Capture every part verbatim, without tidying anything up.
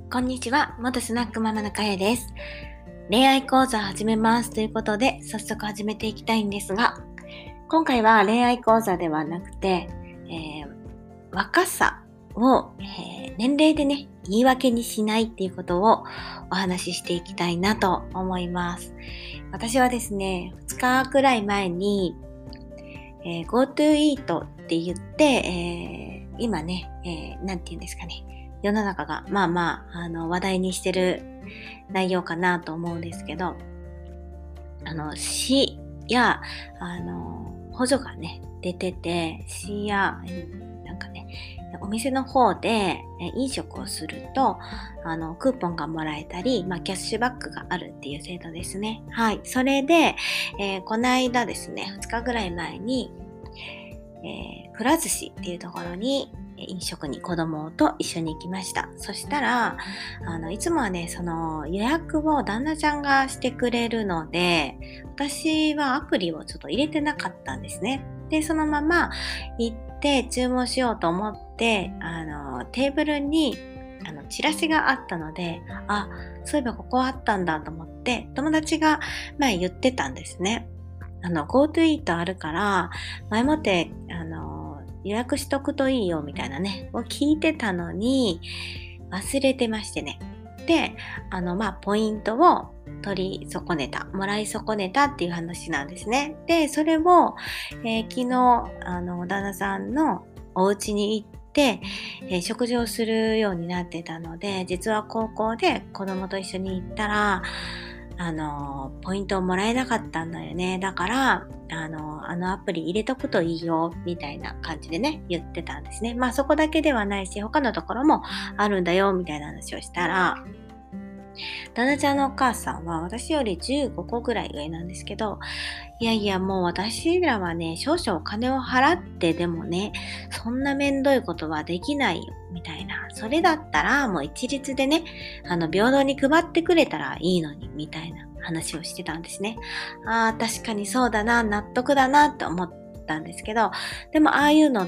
こんにちは、元スナックママのかやです。恋愛講座を始めますということで、早速始めていきたいんですが、今回は恋愛講座ではなくて、えー、若さを、えー、年齢でね、言い訳にしないっていうことをお話ししていきたいなと思います。私はですね、ふつかくらい前に、えー、GoTo Eat って言って、えー、今ね、えー、なんて言うんですかね、世の中がまあまあ、あの話題にしてる内容かなと思うんですけど、あの市やあの補助がね出てて、市やなんかねお店の方で飲食をするとあのクーポンがもらえたり、まあ、キャッシュバックがあるっていう制度ですね。はい、それで、えー、この間ですね、ふつかぐらい前に、えー、くら寿司っていうところに飲食に子供と一緒に行きました。そしたら、あの、いつもはね、その予約を旦那ちゃんがしてくれるので、私はアプリをちょっと入れてなかったんですね。で、そのまま行って注文しようと思って、あの、テーブルにあのチラシがあったので、あ、そういえばここあったんだと思って、友達が前言ってたんですね。あの、GoTo Eat あるから、前もって、あの、予約しとくといいよみたいなね、を聞いてたのに、忘れてましてね。で、あの、まあ、ポイントを取り損ねた、もらい損ねたっていう話なんですね。で、それを、えー、昨日、あの、旦那さんのお家に行って、えー、食事をするようになってたので、実は高校で子供と一緒に行ったら、あの、ポイントをもらえなかったんだよね。だから、あの、あのアプリ入れとくといいよ、みたいな感じでね、言ってたんですね。まあそこだけではないし、他のところもあるんだよ、みたいな話をしたら、旦那ちゃんのお母さんは私よりじゅうごこぐらい上なんですけど、いやいやもう私らはね、少々お金を払ってでもね、そんなめんどいことはできないよ、みたいな。それだったらもう一律でね、あの平等に配ってくれたらいいのに、みたいな話をしてたんですね。ああ、確かにそうだな、納得だなって思ったんですけど、でもああいうのって、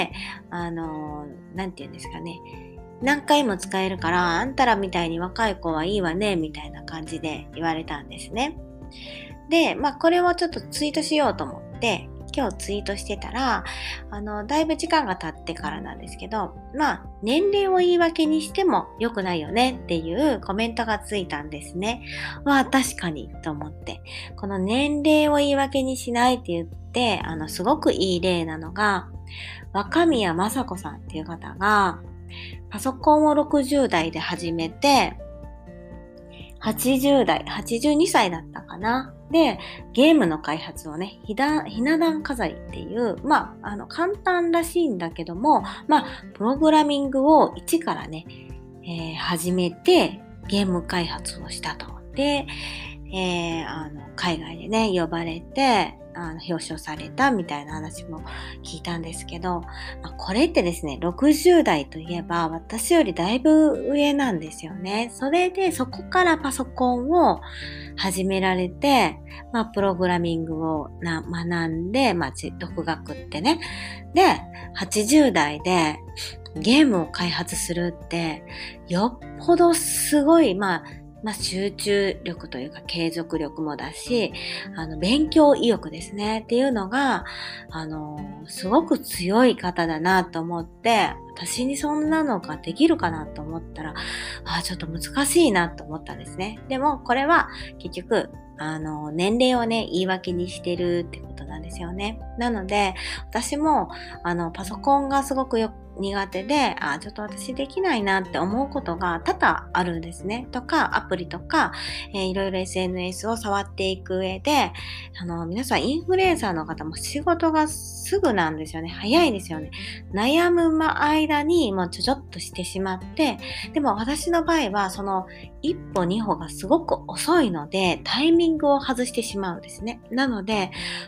あの、なんて言うんですかね、何回も使えるから、あんたらみたいに若い子はいいわね、みたいな感じで言われたんですね。で、まあこれをちょっとツイートしようと思って、今日ツイートしてたら、あの、だいぶ時間が経ってからなんですけど、まあ、年齢を言い訳にしても良くないよねっていうコメントがついたんですね。わあ、確かにと思って。この年齢を言い訳にしないって言って、あの、すごくいい例なのが、若宮正子さんっていう方が、パソコンをろくじゅう代で始めて、はちじゅう代、はちじゅうにさいだったかな。で、ゲームの開発をね、ひな壇飾りっていう、まあ、あの、簡単らしいんだけども、まあ、プログラミングを一からね、えー、始めて、ゲーム開発をしたと。で、えー、あの、海外でね、呼ばれて、あの表彰されたみたいな話も聞いたんですけど、まあ、これってですね、ろくじゅう代といえば私よりだいぶ上なんですよね。それでそこからパソコンを始められて、まあ、プログラミングをな学んで、まあ、独学ってね。で、はちじゅう代でゲームを開発するって、よっぽどすごい、まあ、まあ、集中力というか継続力もだし、あの、勉強意欲ですねっていうのが、あの、すごく強い方だなと思って、私にそんなのができるかなと思ったら、あ、ちょっと難しいなと思ったんですね。でも、これは結局、あの、年齢をね、言い訳にしてるってことなんですよね。なので、私も、あの、パソコンがすごくよ苦手で、あ、ちょっと私できないなって思うことが多々あるんですね。とか、アプリとか、えー、いろいろ エスエヌエス を触っていく上で、あの、皆さんインフルエンサーの方も仕事がすぐなんですよね。早いですよね。悩む間にもうちょちょっとしてしまって、でも私の場合は、その一歩二歩がすごく遅いので、タイミングを外してしまうんですね。なので、若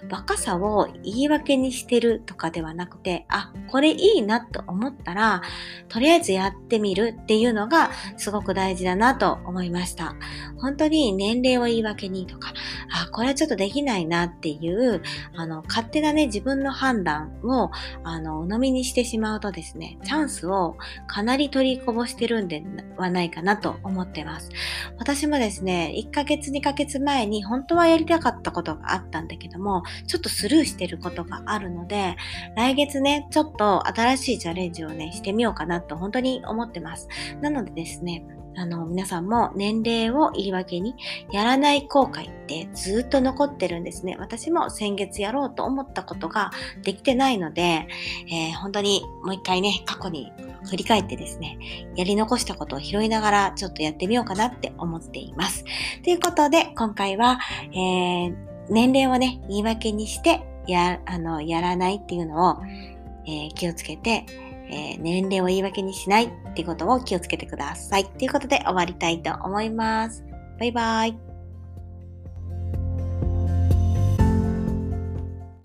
さを言い訳にしてるとかではなくて、あ、これいいなと思ったら、とりあえずやってみるっていうのがすごく大事だなと思いました。本当に年齢を言い訳にとか、あ、これはちょっとできないなっていう、あの、勝手なね、自分の判断を、あの、鵜呑みにしてしまうとですね、チャンスをかなり取りこぼしてるんではないかなと思ってます。私もですね、いっかげつにかげつまえに本当はやりたかったことがあったんだけども、ちょっとスルーしてることがあるので、来月ね、ちょっと新しいチャレンジをね、してみようかなと本当に思ってます。なのでですね、あの、皆さんも年齢を言い訳にやらない後悔ってずっと残ってるんですね。私も先月やろうと思ったことができてないので、えー、本当にもう一回ね、過去に振り返ってですね、やり残したことを拾いながらちょっとやってみようかなって思っています。ということで、今回は、えー、年齢をね、言い訳にしてや、あの、やらないっていうのを、えー、気をつけて、えー、年齢を言い訳にしないっていうことを気をつけてください。ということで終わりたいと思います。バイバイ。